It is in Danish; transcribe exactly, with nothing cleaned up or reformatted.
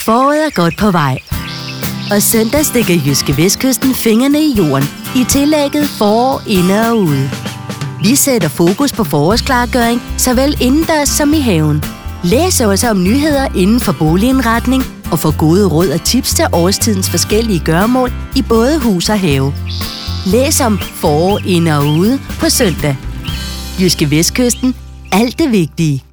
Foråret er godt på vej. Og søndag stikker Jyske Vestkysten fingrene i jorden i tillægget forår inde og ude. Vi sætter fokus på forårsklargøring såvel indendørs som i haven. Læs også om nyheder inden for boligindretning og få gode råd og tips til årstidens forskellige gøremål i både hus og have. Læs om forår inde og ude på søndag. Jyske Vestkysten. Alt det vigtige.